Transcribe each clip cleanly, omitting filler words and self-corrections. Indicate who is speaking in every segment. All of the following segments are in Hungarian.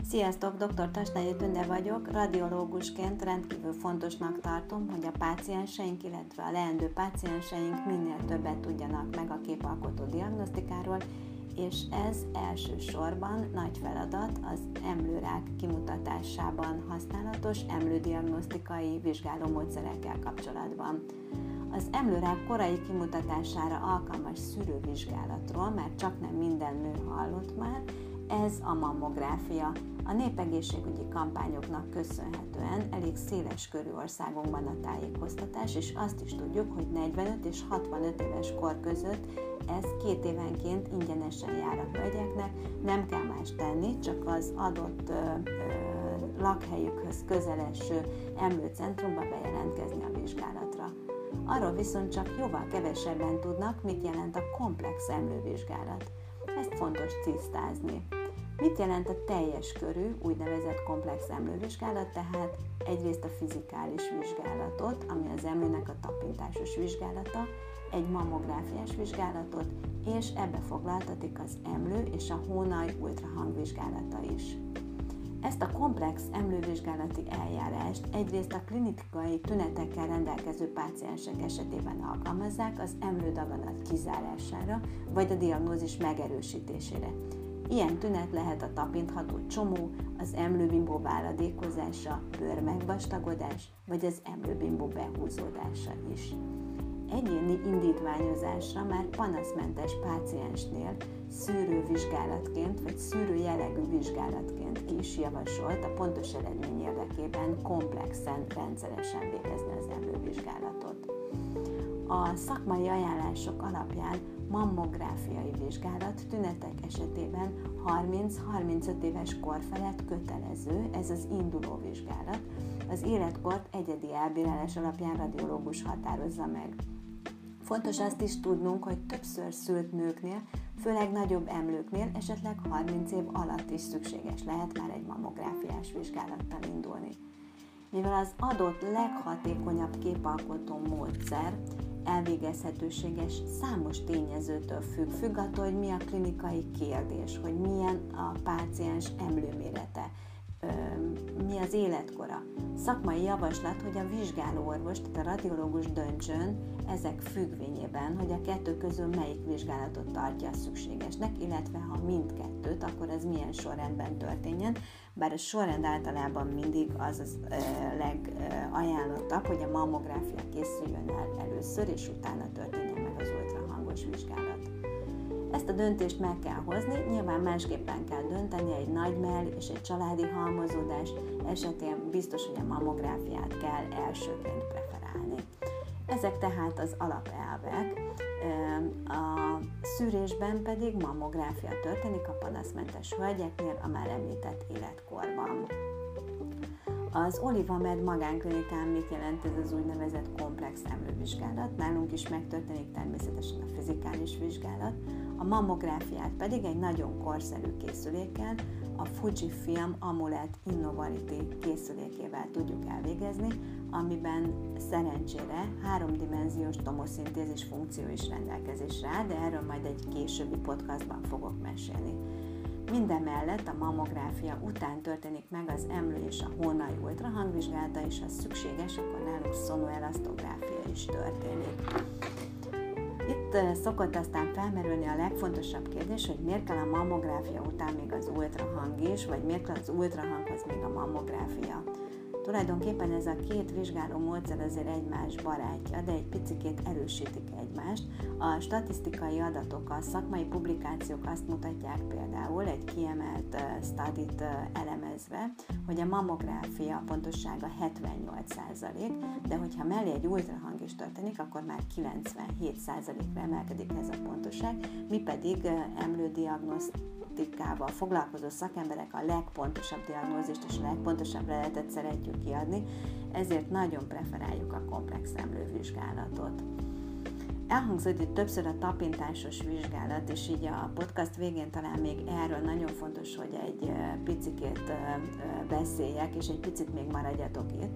Speaker 1: Sziasztok, dr. Tasnai Tünde vagyok. Radiológusként rendkívül fontosnak tartom, hogy a pácienseink, illetve a leendő pácienseink minél többet tudjanak meg a képalkotó diagnosztikáról, és ez elsősorban nagy feladat az emlőrák kimutatásában használatos emlődiagnosztikai vizsgálómódszerekkel kapcsolatban. Az emlőrák korai kimutatására alkalmas szűrővizsgálatról már csaknem minden nő hallott már, ez a mammográfia. A népegészségügyi kampányoknak köszönhetően elég széles körű országunkban a tájékoztatás, és azt is tudjuk, hogy 45 és 65 éves kor között ez 2 évenként ingyenesen jár a hölgyeknek, nem kell más tenni, csak az adott lakhelyükhöz közeleső emlőcentrumba bejelentkezni a vizsgálatra. Arról viszont csak jóval kevesebben tudnak, mit jelent a komplex emlővizsgálat. Ezt fontos tisztázni. Mit jelent a teljes körű, úgynevezett komplex emlővizsgálat? Tehát egyrészt a fizikális vizsgálatot, ami az emlőnek a tapintásos vizsgálata, egy mammográfiás vizsgálatot, és ebbe foglaltatik az emlő és a hónaj ultrahangvizsgálata is. Ezt a komplex emlővizsgálati eljárást egyrészt a klinikai tünetekkel rendelkező páciensek esetében alkalmazzák az emlődaganat kizárására, vagy a diagnózis megerősítésére. Ilyen tünet lehet a tapintható csomó, az emlőbimbó váladékozása, bőr megvastagodás, vagy az emlőbimbó behúzódása is. Egyéni indítványozásra már panaszmentes páciensnél szűrővizsgálatként vagy szűrőjellegű vizsgálatként is javasolt a pontos eredmény érdekében komplexen, rendszeresen végezni az emlővizsgálatot. A szakmai ajánlások alapján mammográfiai vizsgálat tünetek esetében 30-35 éves kor felett kötelező, ez az induló vizsgálat, az életkort egyedi elbírálás alapján radiológus határozza meg. Fontos azt is tudnunk, hogy többször szült nőknél, főleg nagyobb emlőknél, esetleg 30 év alatt is szükséges lehet már egy mammográfiás vizsgálattal indulni. Mivel az adott leghatékonyabb képalkotó módszer elvégezhetőséges számos tényezőtől függ attól, hogy mi a klinikai kérdés, hogy milyen a páciens emlőmérete, mi az életkora. Szakmai javaslat, hogy a vizsgálóorvos, tehát a radiológus döntsön ezek függvényében, hogy a kettő közül melyik vizsgálatot tartja szükségesnek, illetve ha mindkettőt, akkor ez milyen sorrendben történjen, bár a sorrend általában mindig az legajánlottabb, hogy a mammográfia készüljön el először, és utána történjen meg az ultrahangos vizsgálat. Ezt a döntést meg kell hozni, nyilván másképpen kell dönteni egy nagy mell és egy családi halmozódás esetén biztos, hogy a mammográfiát kell elsőként preferálni. Ezek tehát az alapelvek, a szűrésben pedig mammográfia történik a panaszmentes hölgyeknél a már említett életkorban. Az Olivamed magánklinikán mit jelent ez az úgynevezett komplex emlővizsgálat? Nálunk is megtörténik természetesen a fizikális vizsgálat, a mammográfiát pedig egy nagyon korszerű készülékkel, a Fujifilm Amulet Innovarity készülékével tudjuk elvégezni, amiben szerencsére 3-dimenziós tomoszintézis funkció is rendelkezésre áll, de erről majd egy későbbi podcastban fogok mesélni. Mindemellett a mammográfia után történik meg az emlő és a hónaj ultrahangvizsgálata, és ha szükséges, akkor nálunk szonoelasztográfia is történik. Itt szokott aztán felmerülni a legfontosabb kérdés, hogy miért kell a mammográfia után még az ultrahang is, vagy miért kell az ultrahanghoz még a mammográfia. Tulajdonképpen ez a két vizsgáló módszer azért egymás barátja, de egy picikét erősítik egymást. A statisztikai adatok, a szakmai publikációk azt mutatják például egy kiemelt studit elemezve, hogy a mammográfia pontossága 78%, de hogyha mellé egy ultrahang is történik, akkor már 97%-ra emelkedik ez a pontosság, mi pedig emlődiagnosztikával foglalkozó szakemberek a legpontosabb diagnózist és a legpontosabb leletet szeretjük kiadni, ezért nagyon preferáljuk a komplex emlővizsgálatot. Elhangzott itt többször a tapintásos vizsgálat, és így a podcast végén talán még erről nagyon fontos, hogy egy picikét beszéljek, és egy picit még maradjatok itt.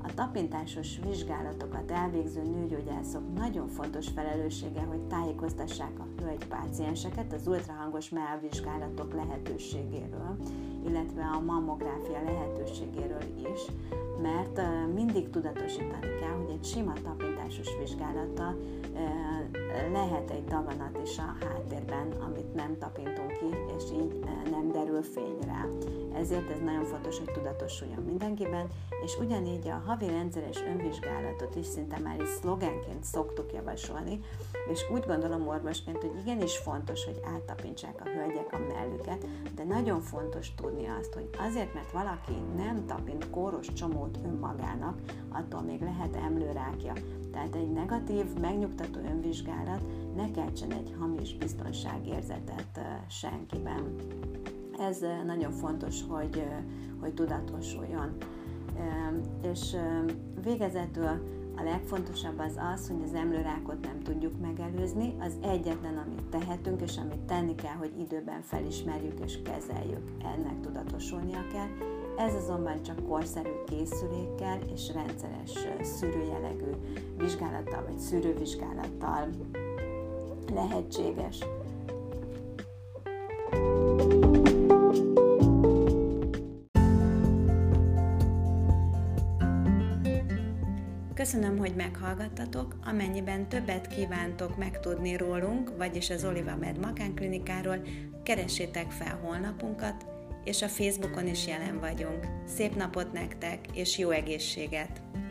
Speaker 1: A tapintásos vizsgálatokat elvégző nőgyógyászok nagyon fontos felelőssége, hogy tájékoztassák a hölgy pácienseket az ultrahangos mellvizsgálatok lehetőségéről, illetve a mammográfia lehetőségéről is, mert mindig tudatosítani kell, hogy egy sima tapintásos vizsgálattal lehet egy daganat is a háttérben, amit nem tapintunk ki, és így nem derül fény rá. Ezért ez nagyon fontos, hogy tudatosuljon mindenkiben, és ugyanígy a havi rendszeres önvizsgálatot is szinte már is szlogenként szoktuk javasolni, és úgy gondolom orvosként, hogy igenis fontos, hogy áttapintsák a hölgyek a mellüket, de nagyon fontos tudni azt, hogy azért, mert valaki nem tapint kóros csomót önmagának, attól még lehet emlőrákja. Tehát egy negatív, megnyugtató önvizsgálat ne keltsen egy hamis biztonságérzetet senkiben. Ez nagyon fontos, hogy tudatosuljon. És végezetül a legfontosabb az, hogy az emlőrákot nem tudjuk megelőzni, az egyetlen, amit tehetünk, és amit tenni kell, hogy időben felismerjük és kezeljük. Ennek tudatosulnia kell. Ez azonban csak korszerű készülékkel és rendszeres szűrőjellegű vizsgálattal vagy szűrővizsgálattal lehetséges. Köszönöm, hogy meghallgattatok, amennyiben többet kívántok megtudni rólunk, vagyis az Olivamed magánklinikáról, keressétek fel honlapunkat, és a Facebookon is jelen vagyunk. Szép napot nektek, és jó egészséget!